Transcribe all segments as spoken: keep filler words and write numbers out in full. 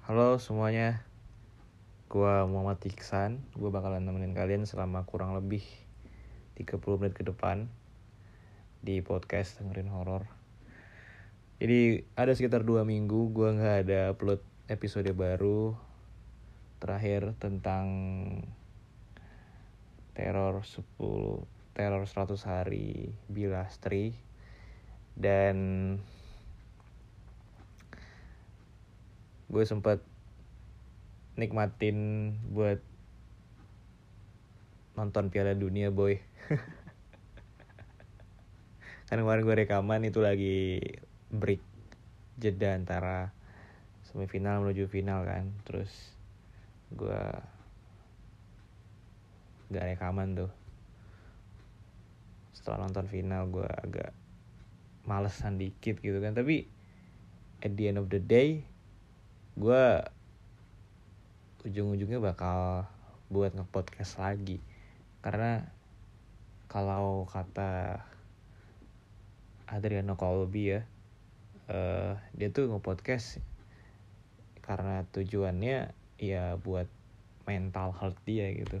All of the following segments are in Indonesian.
Halo semuanya, gue Muhammad Iksan. Gue bakalan nemenin kalian selama kurang lebih tiga puluh menit ke depan di podcast dengerin horor. Jadi ada sekitar dua minggu gue gak ada upload episode baru. Terakhir tentang teror sepuluh teror seratus hari Bilastri. Dan gue sempat nikmatin buat nonton Piala Dunia boy. Kan kemarin gue rekaman itu lagi break, jeda antara semifinal menuju final kan. Terus gue gak rekaman tuh. Setelah nonton final gue agak malesan dikit gitu kan. Tapi at the end of the day gue ujung-ujungnya bakal buat nge-podcast lagi. Karena kalau kata Adriano Colby ya, uh, dia tuh nge-podcast karena tujuannya ya buat mental health dia gitu.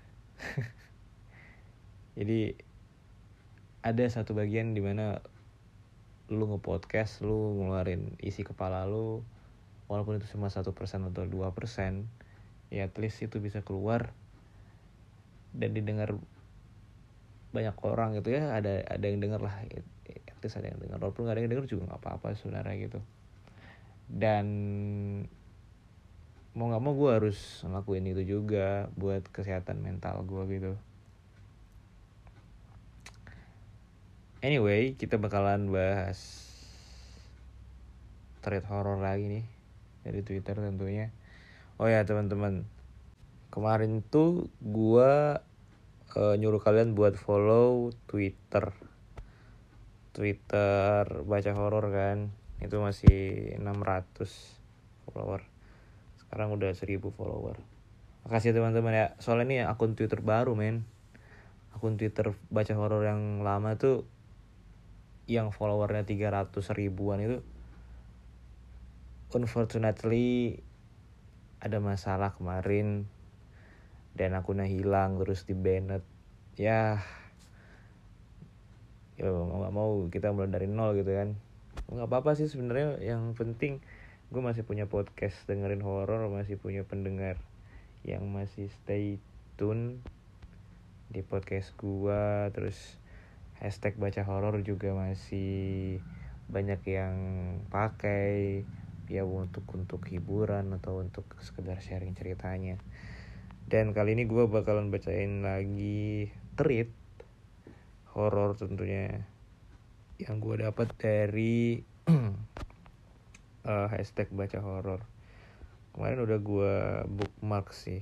Jadi ada satu bagian dimana lu nge-podcast, lu ngeluarin isi kepala lu, walaupun itu cuma satu persen atau dua persen, ya at least itu bisa keluar dan didengar banyak orang gitu ya. Ada ada yang denger lah, at least ada yang denger. Walaupun gak ada yang denger juga gak apa-apa sebenarnya gitu. Dan mau gak mau gue harus ngelakuin itu juga buat kesehatan mental gue gitu. Anyway, kita bakalan bahas thread horror lagi nih dari Twitter tentunya. Oh ya teman-teman, kemarin tuh gue uh, nyuruh kalian buat follow Twitter Twitter baca horor kan. Itu masih enam ratus follower. Sekarang udah seribu follower. Makasih teman-teman ya. Soalnya ini akun Twitter baru men. Akun Twitter baca horor yang lama tuh, yang followernya tiga ratus ribuan itu, unfortunately ada masalah kemarin dan akunnya hilang terus di banned. Ya ya mau nggak mau kita mulai dari nol gitu kan. Nggak apa-apa sih sebenarnya. Yang penting gue masih punya podcast dengerin horor, masih punya pendengar yang masih stay tune di podcast gue. Terus hashtag baca horor juga masih banyak yang pakai ya untuk untuk hiburan atau untuk sekedar sharing ceritanya. Dan kali ini gue bakalan bacain lagi thread horor tentunya yang gue dapat dari uh, hashtag baca horor. Kemarin udah gue bookmark sih.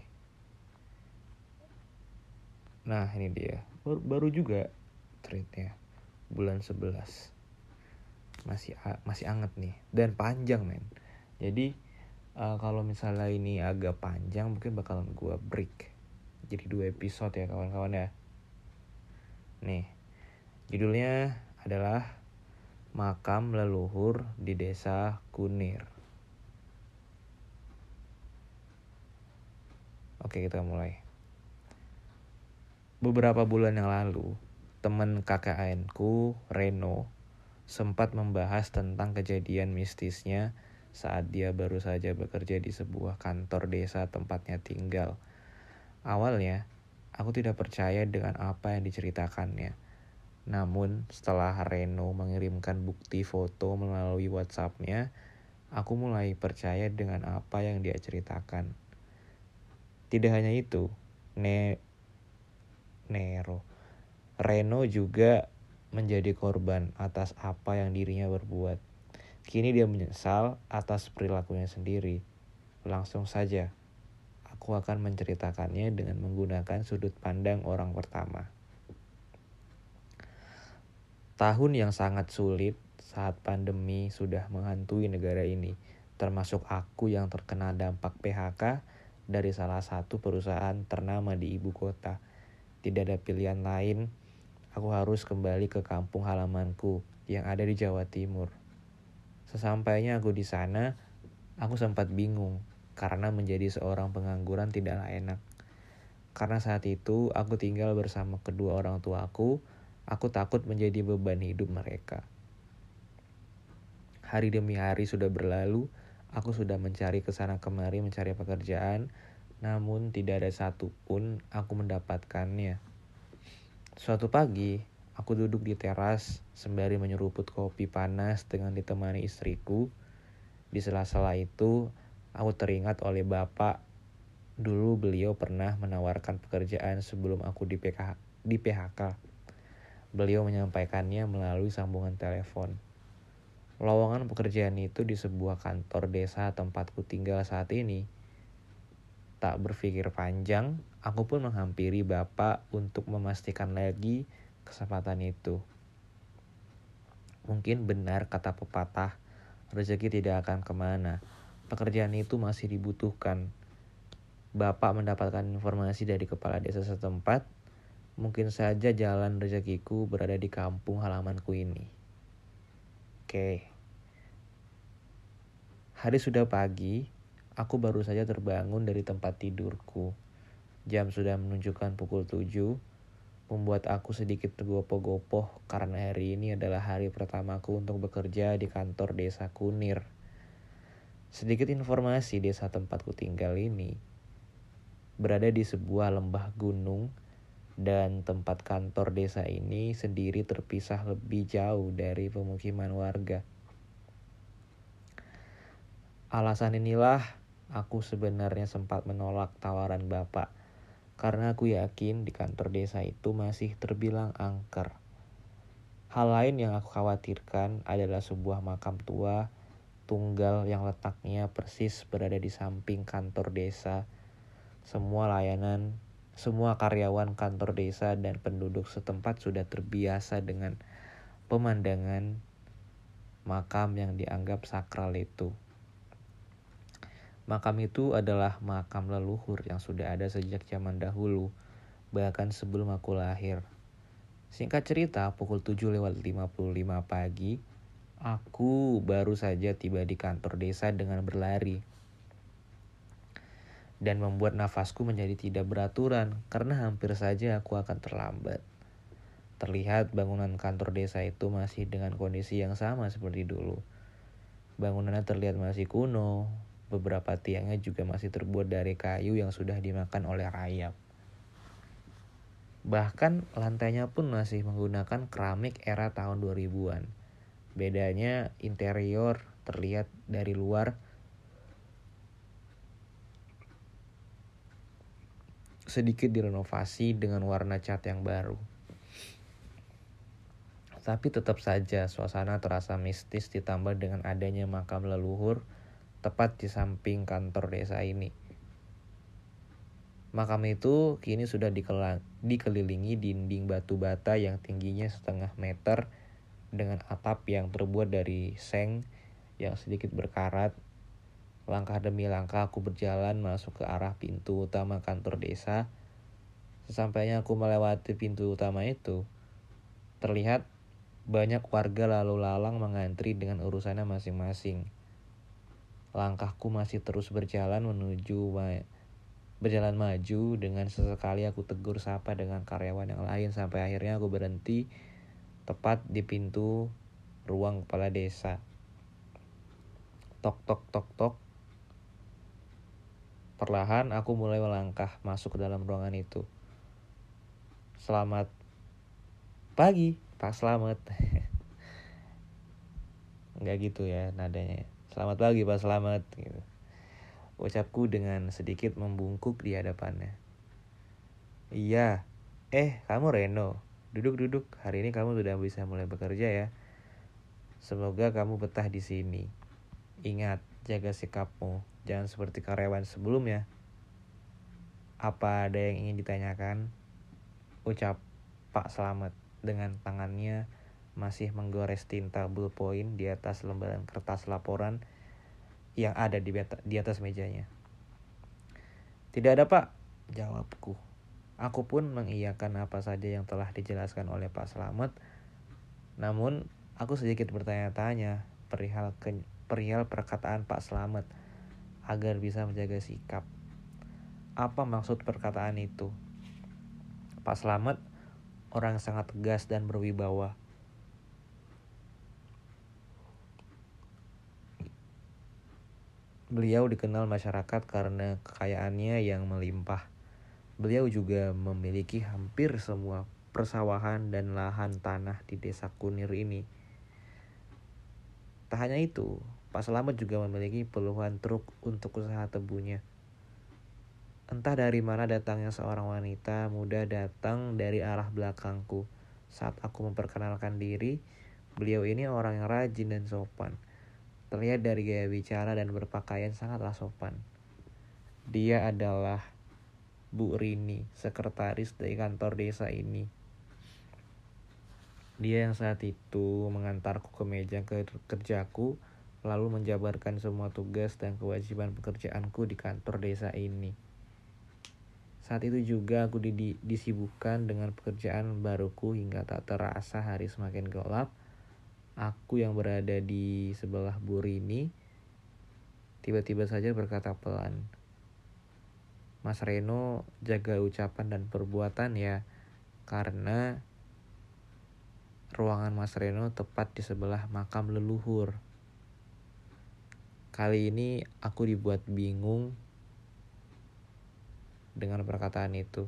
Nah ini dia, baru, baru juga threadnya, bulan sebelas. Masih masih anget nih dan panjang men. Jadi uh, kalau misalnya ini agak panjang mungkin bakalan gue break jadi dua episode ya kawan-kawan ya. Nih judulnya adalah Makam Leluhur di Desa Kunir. Oke, kita mulai. Beberapa bulan yang lalu, teman K K N-ku, Reno, sempat membahas tentang kejadian mistisnya saat dia baru saja bekerja di sebuah kantor desa tempatnya tinggal. Awalnya, aku tidak percaya dengan apa yang diceritakannya. Namun, setelah Reno mengirimkan bukti foto melalui WhatsApp-nya, aku mulai percaya dengan apa yang dia ceritakan. Tidak hanya itu, ne- Nero, Reno juga menjadi korban atas apa yang dirinya berbuat. Kini dia menyesal atas perilakunya sendiri. Langsung saja, aku akan menceritakannya dengan menggunakan sudut pandang orang pertama. Tahun yang sangat sulit saat pandemi sudah menghantui negara ini, termasuk aku yang terkena dampak P H K dari salah satu perusahaan ternama di ibu kota. Tidak ada pilihan lain, aku harus kembali ke kampung halamanku yang ada di Jawa Timur. Sesampainya aku di sana, aku sempat bingung karena menjadi seorang pengangguran tidaklah enak. Karena saat itu aku tinggal bersama kedua orang tuaku, aku takut menjadi beban hidup mereka. Hari demi hari sudah berlalu, aku sudah mencari kesana kemari mencari pekerjaan, namun tidak ada satupun aku mendapatkannya. Suatu pagi, aku duduk di teras sembari menyeruput kopi panas dengan ditemani istriku. Di sela-sela itu, aku teringat oleh bapak. Dulu beliau pernah menawarkan pekerjaan sebelum aku di P K, di P H K. Beliau menyampaikannya melalui sambungan telepon. Lowongan pekerjaan itu di sebuah kantor desa tempatku tinggal saat ini. Tak berpikir panjang, aku pun menghampiri bapak untuk memastikan lagi kesempatan itu. Mungkin benar kata pepatah, rezeki tidak akan kemana. Pekerjaan itu masih dibutuhkan. Bapak mendapatkan informasi dari kepala desa setempat. Mungkin saja jalan rezekiku berada di kampung halamanku ini. Oke. Hari sudah pagi. Aku baru saja terbangun dari tempat tidurku. Jam sudah menunjukkan pukul tujuh. Membuat aku sedikit tergopoh-gopoh karena hari ini adalah hari pertamaku untuk bekerja di kantor desa Kunir. Sedikit informasi, desa tempatku tinggal ini berada di sebuah lembah gunung dan tempat kantor desa ini sendiri terpisah lebih jauh dari pemukiman warga. Alasan inilah aku sebenarnya sempat menolak tawaran bapak. Karena aku yakin di kantor desa itu masih terbilang angker. Hal lain yang aku khawatirkan adalah sebuah makam tua tunggal yang letaknya persis berada di samping kantor desa. Semua layanan, semua karyawan kantor desa dan penduduk setempat sudah terbiasa dengan pemandangan makam yang dianggap sakral itu. Makam itu adalah makam leluhur yang sudah ada sejak zaman dahulu, bahkan sebelum aku lahir. Singkat cerita, pukul tujuh lewat lima puluh lima pagi, aku baru saja tiba di kantor desa dengan berlari. Dan membuat nafasku menjadi tidak beraturan karena hampir saja aku akan terlambat. Terlihat bangunan kantor desa itu masih dengan kondisi yang sama seperti dulu. Bangunannya terlihat masih kuno. Beberapa tiangnya juga masih terbuat dari kayu yang sudah dimakan oleh rayap. Bahkan lantainya pun masih menggunakan keramik era tahun dua ribuan. Bedanya interior terlihat dari luar sedikit direnovasi dengan warna cat yang baru. Tapi tetap saja suasana terasa mistis ditambah dengan adanya makam leluhur tepat di samping kantor desa ini. Makam itu kini sudah dikelilingi dinding batu bata yang tingginya setengah meter dengan atap yang terbuat dari seng yang sedikit berkarat. Langkah demi langkah aku berjalan masuk ke arah pintu utama kantor desa. Sesampainya aku melewati pintu utama itu, terlihat banyak warga lalu lalang mengantri dengan urusannya masing-masing. Langkahku masih terus berjalan menuju ma- berjalan maju dengan sesekali aku tegur sapa dengan karyawan yang lain sampai akhirnya aku berhenti tepat di pintu ruang kepala desa. Tok tok tok tok. Perlahan aku mulai melangkah masuk ke dalam ruangan itu. Selamat pagi, Pak Slamet. Enggak gitu ya nadanya. Selamat pagi Pak Slamet gitu. Ucapku dengan sedikit membungkuk di hadapannya. Iya. Eh, kamu Reno. Duduk-duduk. Hari ini kamu sudah bisa mulai bekerja ya. Semoga kamu betah di sini. Ingat, jaga sikapmu. Jangan seperti karyawan sebelumnya. Apa ada yang ingin ditanyakan? Ucap Pak Slamet dengan tangannya masih menggores tinta ballpoint di atas lembaran kertas laporan yang ada di, beta, di atas mejanya. Tidak ada Pak, jawabku. Aku pun mengiyakan apa saja yang telah dijelaskan oleh Pak Slamet. Namun, aku sedikit bertanya-tanya perihal, ke, perihal perkataan Pak Slamet. agar bisa menjaga sikap. Apa maksud perkataan itu? Pak Slamet orang sangat tegas dan berwibawa. Beliau dikenal masyarakat karena kekayaannya yang melimpah. Beliau juga memiliki hampir semua persawahan dan lahan tanah di desa Kunir ini. Tak hanya itu, Pak Slamet juga memiliki puluhan truk untuk usaha tebunya. Entah dari mana datangnya seorang wanita muda datang dari arah belakangku. Saat aku memperkenalkan diri, beliau ini orang yang rajin dan sopan. Terlihat dari gaya bicara dan berpakaian sangatlah sopan. Dia adalah Bu Rini, sekretaris dari kantor desa ini. Dia yang saat itu mengantarku ke meja kerjaku, lalu menjabarkan semua tugas dan kewajiban pekerjaanku di kantor desa ini. Saat itu juga aku di- disibukkan dengan pekerjaan baruku hingga tak terasa hari semakin gelap. Aku yang berada di sebelah Bu Rini tiba-tiba saja berkata pelan, "Mas Reno, jaga ucapan dan perbuatan ya, karena ruangan Mas Reno tepat di sebelah makam leluhur." Kali ini aku dibuat bingung dengan perkataan itu.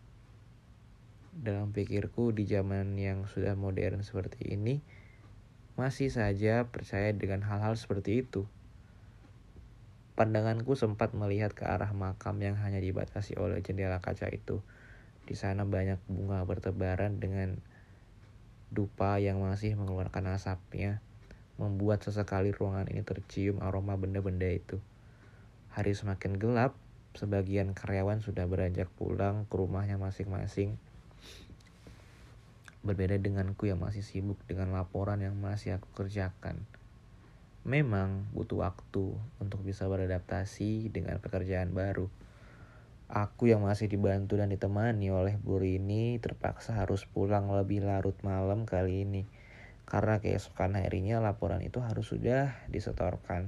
Dalam pikirku, di zaman yang sudah modern seperti ini, masih saja percaya dengan hal-hal seperti itu. Pandanganku sempat melihat ke arah makam yang hanya dibatasi oleh jendela kaca itu. Di sana banyak bunga bertebaran dengan dupa yang masih mengeluarkan asapnya, membuat sesekali ruangan ini tercium aroma benda-benda itu. Hari semakin gelap, sebagian karyawan sudah beranjak pulang ke rumahnya masing-masing. Berbeda denganku yang masih sibuk dengan laporan yang masih aku kerjakan. Memang butuh waktu untuk bisa beradaptasi dengan pekerjaan baru. Aku yang masih dibantu dan ditemani oleh Bu Rini terpaksa harus pulang lebih larut malam kali ini. Karena keesokan harinya laporan itu harus sudah disetorkan.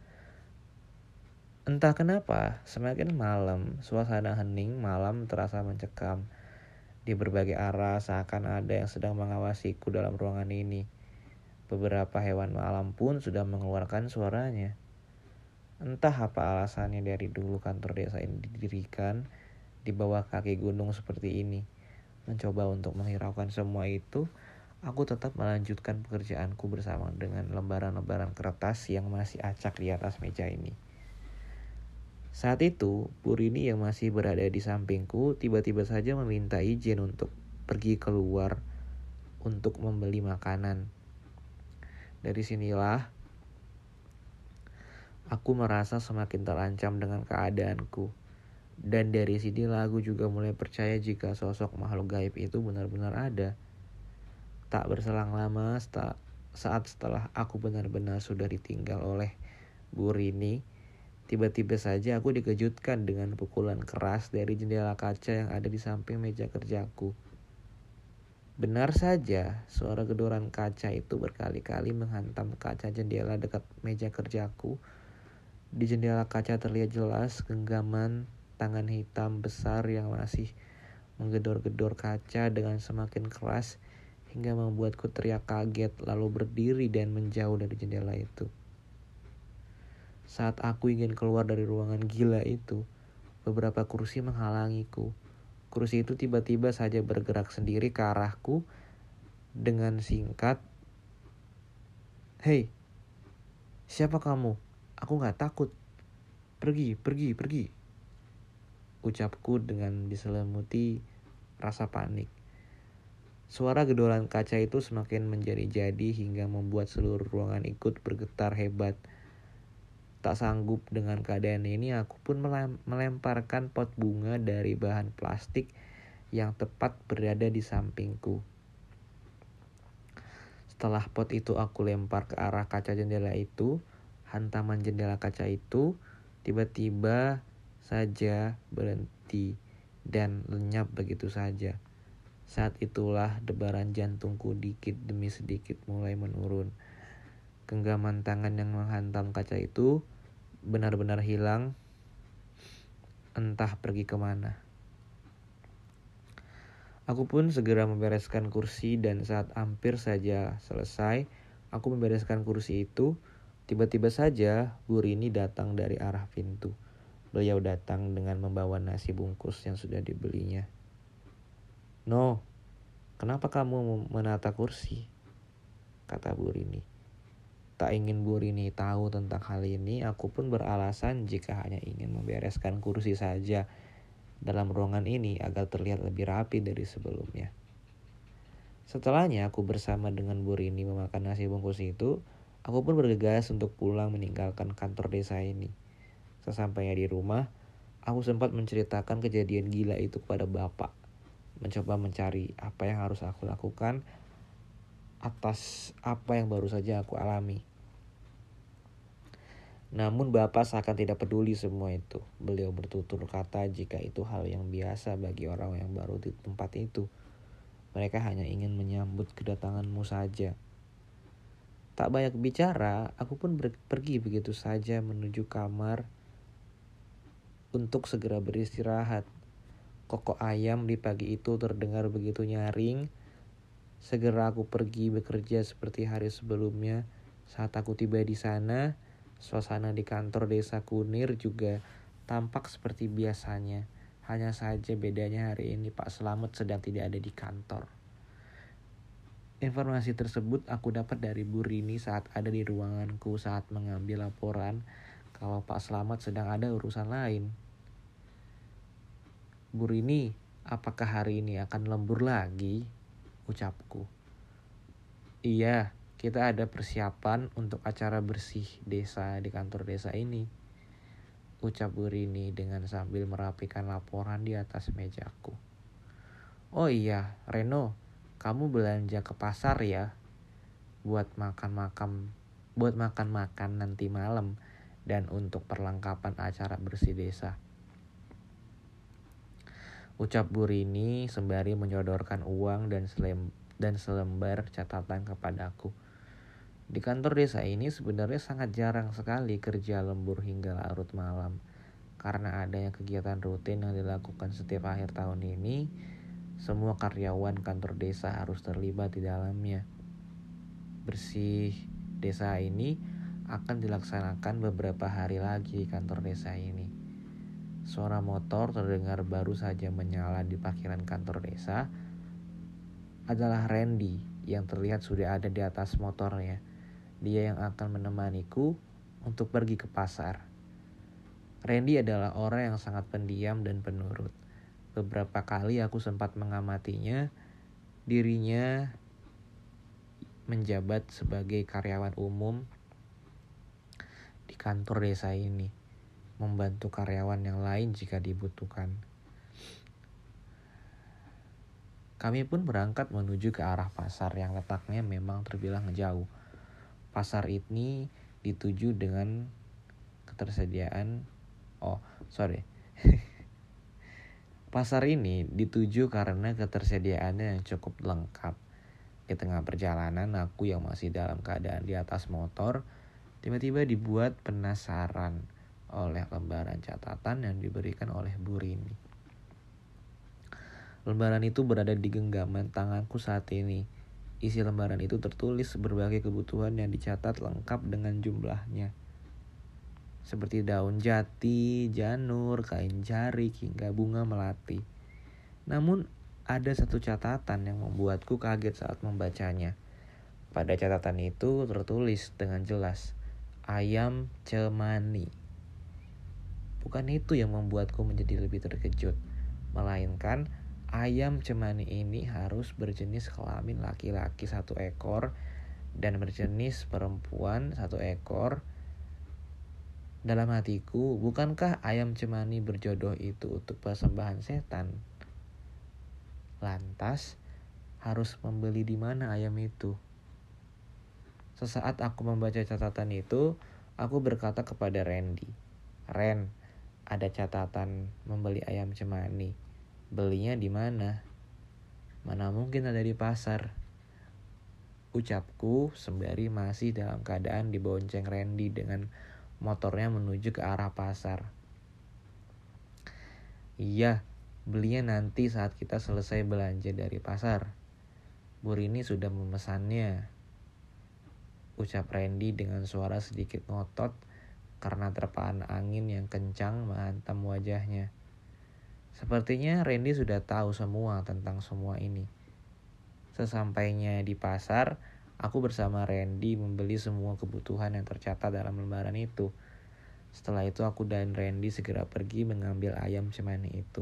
Entah kenapa, semakin malam, suasana hening malam terasa mencekam. Di berbagai arah seakan ada yang sedang mengawasiku dalam ruangan ini. Beberapa hewan malam pun sudah mengeluarkan suaranya. Entah apa alasannya dari dulu kantor desa ini didirikan di bawah kaki gunung seperti ini. Mencoba untuk menghiraukan semua itu, aku tetap melanjutkan pekerjaanku bersama dengan lembaran-lembaran kertas yang masih acak di atas meja ini. Saat itu, Bu Rini yang masih berada di sampingku tiba-tiba saja meminta izin untuk pergi keluar untuk membeli makanan. Dari sinilah aku merasa semakin terancam dengan keadaanku. Dan dari sinilah aku juga mulai percaya jika sosok makhluk gaib itu benar-benar ada. Tak berselang lama saat setelah aku benar-benar sudah ditinggal oleh Bu Rini, tiba-tiba saja aku dikejutkan dengan pukulan keras dari jendela kaca yang ada di samping meja kerjaku. Benar saja, suara gedoran kaca itu berkali-kali menghantam kaca jendela dekat meja kerjaku. Di jendela kaca terlihat jelas genggaman tangan hitam besar yang masih menggedor-gedor kaca dengan semakin keras hingga membuatku teriak kaget lalu berdiri dan menjauh dari jendela itu. Saat aku ingin keluar dari ruangan gila itu, beberapa kursi menghalangiku. Kursi itu tiba-tiba saja bergerak sendiri ke arahku dengan singkat, "Hei, siapa kamu? Aku gak takut. Pergi, pergi, pergi." Ucapku dengan diselimuti rasa panik. Suara gedoran kaca itu semakin menjadi-jadi hingga membuat seluruh ruangan ikut bergetar hebat. Tak sanggup dengan keadaan ini, aku pun melemparkan pot bunga dari bahan plastik yang tepat berada di sampingku. Setelah pot itu aku lempar ke arah kaca jendela itu, hantaman jendela kaca itu tiba-tiba saja berhenti dan lenyap begitu saja. Saat itulah debaran jantungku dikit demi sedikit mulai menurun. Genggaman tangan yang menghantam kaca itu benar-benar hilang, entah pergi kemana. Aku pun segera membereskan kursi dan saat hampir saja selesai, aku membereskan kursi itu, tiba-tiba saja Bu Rini datang dari arah pintu. Beliau datang dengan membawa nasi bungkus yang sudah dibelinya. "No, kenapa kamu menata kursi?" kata Bu Rini. Tak ingin Bu Rini tahu tentang hal ini, aku pun beralasan jika hanya ingin membereskan kursi saja dalam ruangan ini agar terlihat lebih rapi dari sebelumnya. Setelahnya aku bersama dengan Bu Rini memakan nasi bungkus itu, aku pun bergegas untuk pulang meninggalkan kantor desa ini. Sesampainya di rumah, aku sempat menceritakan kejadian gila itu kepada bapak. Mencoba mencari apa yang harus aku lakukan atas apa yang baru saja aku alami. Namun bapak seakan tidak peduli semua itu. Beliau bertutur kata jika itu hal yang biasa bagi orang yang baru di tempat itu. Mereka hanya ingin menyambut kedatanganmu saja. Tak banyak bicara, aku pun ber- pergi begitu saja menuju kamar untuk segera beristirahat. Kokok ayam di pagi itu terdengar begitu nyaring. Segera aku pergi bekerja seperti hari sebelumnya. Saat aku tiba di sana, suasana di kantor desa Kunir juga tampak seperti biasanya. Hanya saja bedanya hari ini Pak Slamet sedang tidak ada di kantor. Informasi tersebut aku dapat dari Bu Rini saat ada di ruanganku saat mengambil laporan kalau Pak Slamet sedang ada urusan lain. "Bu Rini, apakah hari ini akan lembur lagi?" ucapku. "Iya, kita ada persiapan untuk acara bersih desa di kantor desa ini," ucap Bu Rini dengan sambil merapikan laporan di atas mejaku. "Oh iya, Reno, kamu belanja ke pasar ya? Buat makan-makan, buat makan-makan nanti malam dan untuk perlengkapan acara bersih desa," ucap Bu Rini sembari menyodorkan uang dan selem, dan selembar catatan kepadaku. Di kantor desa ini sebenarnya sangat jarang sekali kerja lembur hingga larut malam. Karena adanya kegiatan rutin yang dilakukan setiap akhir tahun ini, semua karyawan kantor desa harus terlibat di dalamnya. Bersih desa ini akan dilaksanakan beberapa hari lagi di kantor desa ini. Suara motor terdengar baru saja menyala di parkiran kantor desa. Adalah Randy yang terlihat sudah ada di atas motornya. Dia yang akan menemaniku untuk pergi ke pasar. Randy adalah orang yang sangat pendiam dan penurut. Beberapa kali aku sempat mengamatinya. Dirinya menjabat sebagai karyawan umum di kantor desa ini, membantu karyawan yang lain jika dibutuhkan. Kami pun berangkat menuju ke arah pasar yang letaknya memang terbilang jauh. Pasar ini dituju dengan ketersediaan Oh, sorry. Pasar ini dituju karena ketersediaannya yang cukup lengkap. Di tengah perjalanan, aku yang masih dalam keadaan di atas motor, tiba-tiba dibuat penasaran oleh lembaran catatan yang diberikan oleh Bu Rini. Lembaran itu berada di genggaman tanganku saat ini. Isi lembaran itu tertulis berbagai kebutuhan yang dicatat lengkap dengan jumlahnya. Seperti daun jati, janur, kain jarik, hingga bunga melati. Namun ada satu catatan yang membuatku kaget saat membacanya. Pada catatan itu tertulis dengan jelas, ayam cemani. Bukan itu yang membuatku menjadi lebih terkejut, melainkan ayam cemani ini harus berjenis kelamin laki-laki satu ekor dan berjenis perempuan satu ekor. Dalam hatiku, bukankah ayam cemani berjodoh itu untuk persembahan setan? Lantas, harus membeli di mana ayam itu? Sesaat aku membaca catatan itu, aku berkata kepada Randy, "Ren, ada catatan membeli ayam cemani. Belinya di mana?" "Mana mungkin ada di pasar," ucapku sembari masih dalam keadaan dibonceng Randy dengan motornya menuju ke arah pasar. Iya, belinya nanti saat kita selesai belanja dari pasar. Bu Rini sudah memesannya, ucap Randy dengan suara sedikit ngotot karena terpaan angin yang kencang menghantam wajahnya. Sepertinya Randy sudah tahu semua tentang semua ini. Sesampainya di pasar, aku bersama Randy membeli semua kebutuhan yang tercatat dalam lembaran itu. Setelah itu aku dan Randy segera pergi mengambil ayam cemani itu.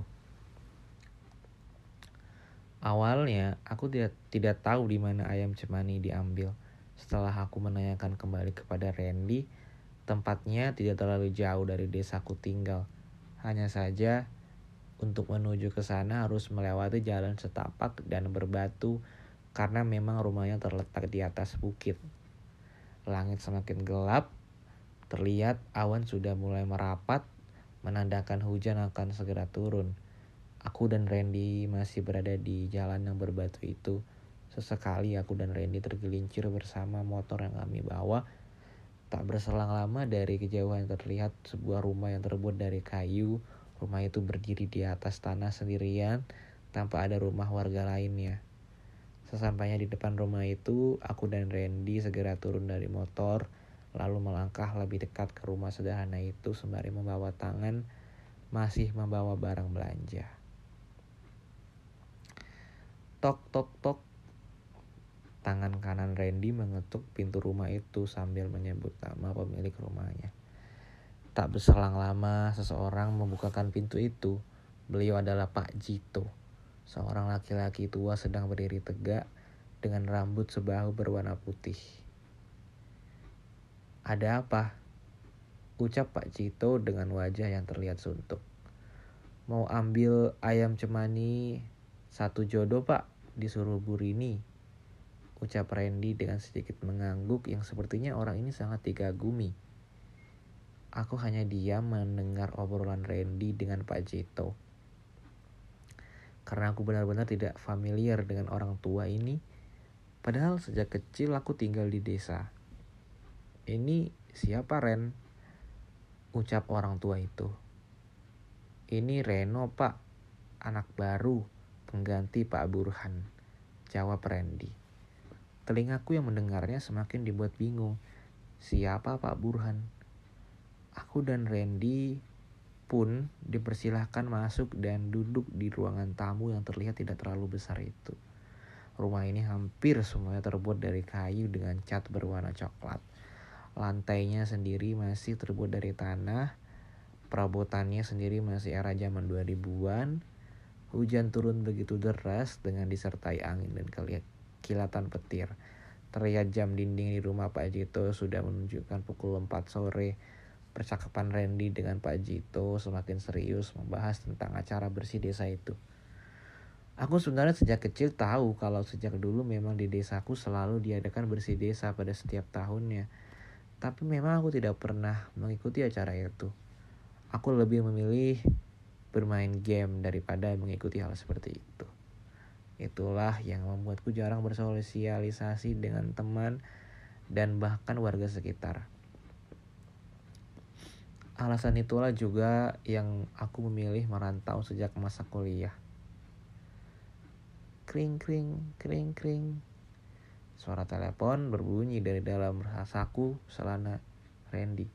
Awalnya aku tidak tidak tahu di mana ayam cemani diambil. Setelah aku menanyakan kembali kepada Randy, tempatnya tidak terlalu jauh dari desaku tinggal. Hanya saja untuk menuju ke sana harus melewati jalan setapak dan berbatu karena memang rumahnya terletak di atas bukit. Langit semakin gelap, terlihat awan sudah mulai merapat, menandakan hujan akan segera turun. Aku dan Randy masih berada di jalan yang berbatu itu. Sesekali aku dan Randy tergelincir bersama motor yang kami bawa. Tak berselang lama dari kejauhan terlihat sebuah rumah yang terbuat dari kayu. Rumah itu berdiri di atas tanah sendirian tanpa ada rumah warga lainnya. Sesampainya di depan rumah itu, aku dan Randy segera turun dari motor, lalu melangkah lebih dekat ke rumah sederhana itu sembari membawa tangan masih membawa barang belanja. Tok tok tok. Tangan kanan Randy mengetuk pintu rumah itu sambil menyebut nama pemilik rumahnya. Tak berselang lama, seseorang membukakan pintu itu. Beliau adalah Pak Jito, seorang laki-laki tua sedang berdiri tegak dengan rambut sebahu berwarna putih. Ada apa? Ucap Pak Jito dengan wajah yang terlihat suntuk. Mau ambil ayam cemani satu jodoh Pak, disuruh Bu Rini. Ucap Randy dengan sedikit mengangguk yang sepertinya orang ini sangat dikagumi. Aku hanya diam mendengar obrolan Randy dengan Pak Jito. Karena aku benar-benar tidak familiar dengan orang tua ini. Padahal sejak kecil aku tinggal di desa. Ini siapa Ren? Ucap orang tua itu. Ini Reno Pak, anak baru, pengganti Pak Burhan. Jawab Randy. Telingaku yang mendengarnya semakin dibuat bingung. Siapa Pak Burhan? Aku dan Randy pun dipersilahkan masuk dan duduk di ruangan tamu yang terlihat tidak terlalu besar itu. Rumah ini hampir semuanya terbuat dari kayu dengan cat berwarna coklat. Lantainya sendiri masih terbuat dari tanah. Perabotannya sendiri masih era zaman dua ribuan. Hujan turun begitu deras dengan disertai angin dan kilatan petir. Terlihat jam dinding di rumah Pak Jito sudah menunjukkan pukul empat sore. Percakapan Randy dengan Pak Jito semakin serius membahas tentang acara bersih desa itu. Aku sebenarnya sejak kecil tahu kalau sejak dulu memang di desaku selalu diadakan bersih desa pada setiap tahunnya. Tapi memang aku tidak pernah mengikuti acara itu. Aku lebih memilih bermain game daripada mengikuti hal seperti itu. Itulah yang membuatku jarang bersosialisasi dengan teman dan bahkan warga sekitar. Alasan itulah juga yang aku memilih merantau sejak masa kuliah. Kring kring kring kring. Suara telepon berbunyi dari dalam saku celana Randy.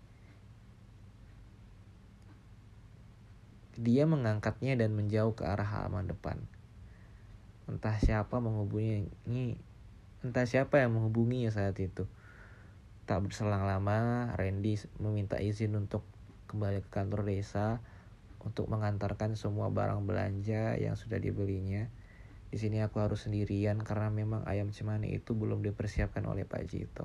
Dia mengangkatnya dan menjauh ke arah halaman depan. Entah siapa menghubungi, entah siapa yang menghubunginya saat itu. Tak berselang lama, Randy meminta izin untuk kembali ke kantor desa untuk mengantarkan semua barang belanja yang sudah dibelinya. Di sini aku harus sendirian karena memang ayam cemani itu belum dipersiapkan oleh Pak Jito.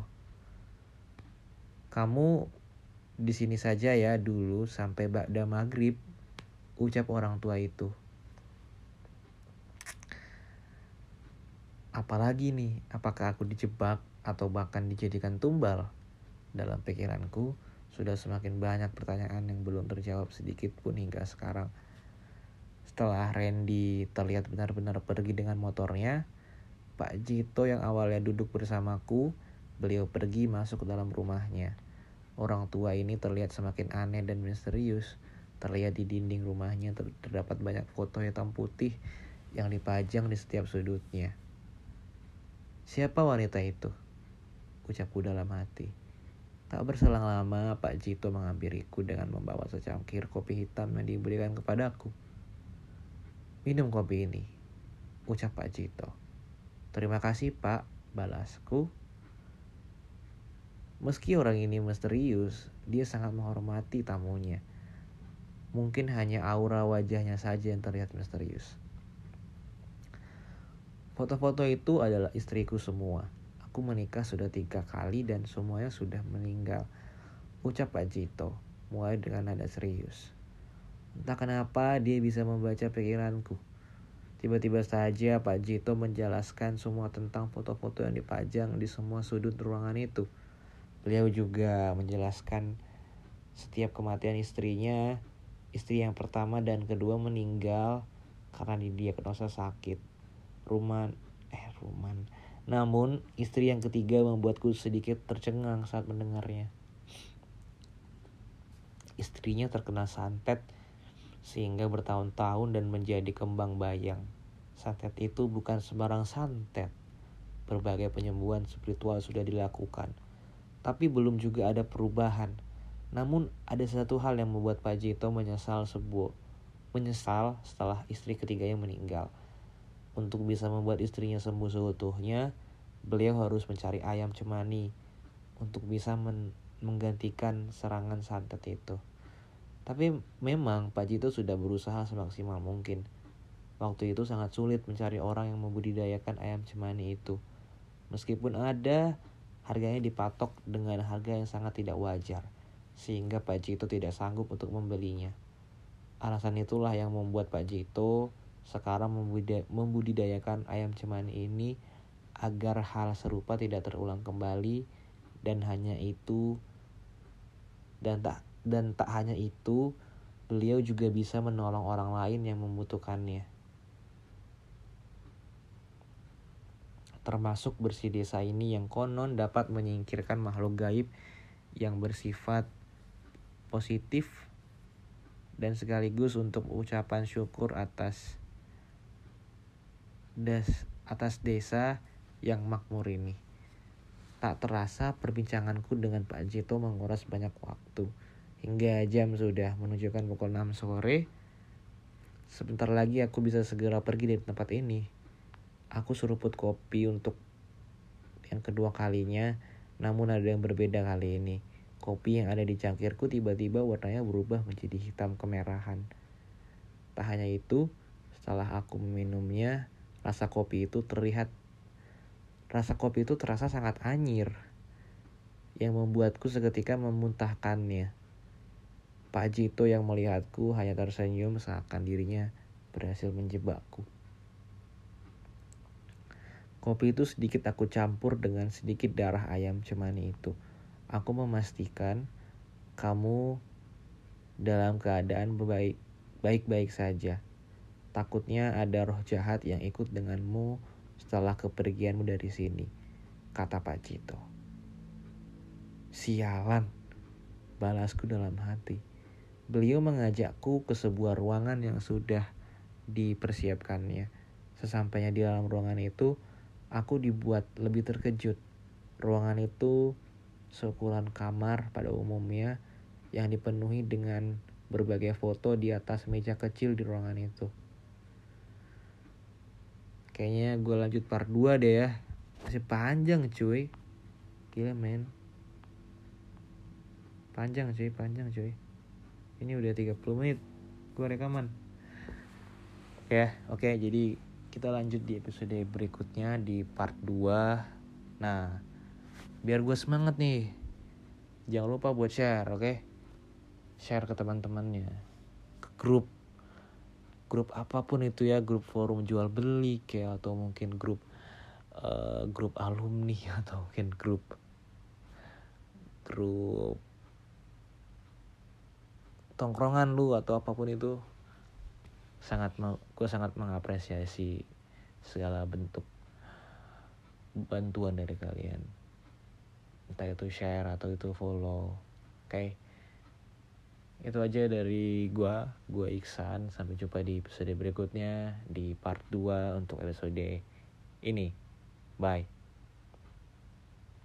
Kamu di sini saja ya dulu sampai ba'da maghrib, ucap orang tua itu. Apalagi nih, apakah aku dijebak atau bahkan dijadikan tumbal? Dalam pikiranku sudah semakin banyak pertanyaan yang belum terjawab sedikit pun hingga sekarang. Setelah Randy terlihat benar-benar pergi dengan motornya, Pak Jito yang awalnya duduk bersamaku, beliau pergi masuk ke dalam rumahnya. Orang tua ini terlihat semakin aneh dan misterius. Terlihat di dinding rumahnya ter- terdapat banyak foto hitam putih yang dipajang di setiap sudutnya. Siapa wanita itu? Ucapku dalam hati. Tak berselang lama, Pak Jito menghampiriku dengan membawa secangkir kopi hitam yang diberikan kepadaku. Minum kopi ini, ucap Pak Jito. Terima kasih, Pak, balasku. Meski orang ini misterius, dia sangat menghormati tamunya. Mungkin hanya aura wajahnya saja yang terlihat misterius. Foto-foto itu adalah istriku semua. Aku menikah sudah tiga kali dan semuanya sudah meninggal, ucap Pak Jito, mulai dengan nada serius. Entah kenapa dia bisa membaca pikiranku. Tiba-tiba saja Pak Jito menjelaskan semua tentang foto-foto yang dipajang di semua sudut ruangan itu. Beliau juga menjelaskan setiap kematian istrinya. Istri yang pertama dan kedua meninggal karena didiagnosa sakit ruman eh ruman. Namun istri yang ketiga membuatku sedikit tercengang saat mendengarnya. Istrinya terkena santet sehingga bertahun-tahun dan menjadi kembang bayang. Santet itu bukan sembarang santet. Berbagai penyembuhan spiritual sudah dilakukan, tapi belum juga ada perubahan. Namun ada satu hal yang membuat Pak Jito menyesal sebuah menyesal setelah istri ketiganya meninggal. Untuk bisa membuat istrinya sembuh seutuhnya, beliau harus mencari ayam cemani untuk bisa men- menggantikan serangan santet itu. Tapi memang Pak Jito sudah berusaha semaksimal mungkin. Waktu itu sangat sulit mencari orang yang membudidayakan ayam cemani itu. Meskipun ada, harganya dipatok dengan harga yang sangat tidak wajar, sehingga Pak Jito tidak sanggup untuk membelinya. Alasan itulah yang membuat Pak Jito sekarang membudidayakan ayam cemani ini agar hal serupa tidak terulang kembali, dan hanya itu dan tak dan tak hanya itu, beliau juga bisa menolong orang lain yang membutuhkannya. Termasuk bersih desa ini yang konon dapat menyingkirkan makhluk gaib yang bersifat positif, dan sekaligus untuk ucapan syukur atas des, atas desa yang makmur ini. Tak terasa perbincanganku dengan Pak Jito menguras banyak waktu. Hingga jam sudah menunjukkan pukul enam sore. Sebentar lagi aku bisa segera pergi dari tempat ini. Aku seruput kopi untuk yang kedua kalinya, namun ada yang berbeda kali ini. Kopi yang ada di cangkirku tiba-tiba warnanya berubah menjadi hitam kemerahan. Tak hanya itu, setelah aku meminumnya, rasa kopi itu terlihat rasa kopi itu terasa sangat anyir, yang membuatku seketika memuntahkannya. Pak Jito yang melihatku hanya tersenyum seakan dirinya berhasil menjebakku. Kopi itu sedikit aku campur dengan sedikit darah ayam cemani itu. Aku memastikan kamu dalam keadaan baik, baik-baik saja. Takutnya ada roh jahat yang ikut denganmu setelah kepergianmu dari sini, kata Pak Jito. Sialan, balasku dalam hati. Beliau mengajakku ke sebuah ruangan yang sudah dipersiapkannya. Sesampainya di dalam ruangan itu, aku dibuat lebih terkejut. Ruangan itu seukuran kamar pada umumnya, yang dipenuhi dengan berbagai foto di atas meja kecil di ruangan itu. Kayaknya gue lanjut part dua deh ya. Masih panjang cuy. Gila men. Panjang cuy, panjang cuy. Ini udah tiga puluh menit gue rekaman. Oke, oke, jadi kita lanjut di episode berikutnya di part dua. Nah, biar gue semangat nih, jangan lupa buat share, oke? Share ke teman-temannya, ke grup grup apapun itu ya, grup forum jual beli kayak, atau mungkin grup uh, grup alumni, atau mungkin grup grup tongkrongan lu, atau apapun itu. Sangat gue sangat mengapresiasi segala bentuk bantuan dari kalian, entah itu share atau itu follow. Oke. Itu aja dari gua, gua Iksan. Sampai jumpa di episode berikutnya di part dua untuk episode ini. Bye.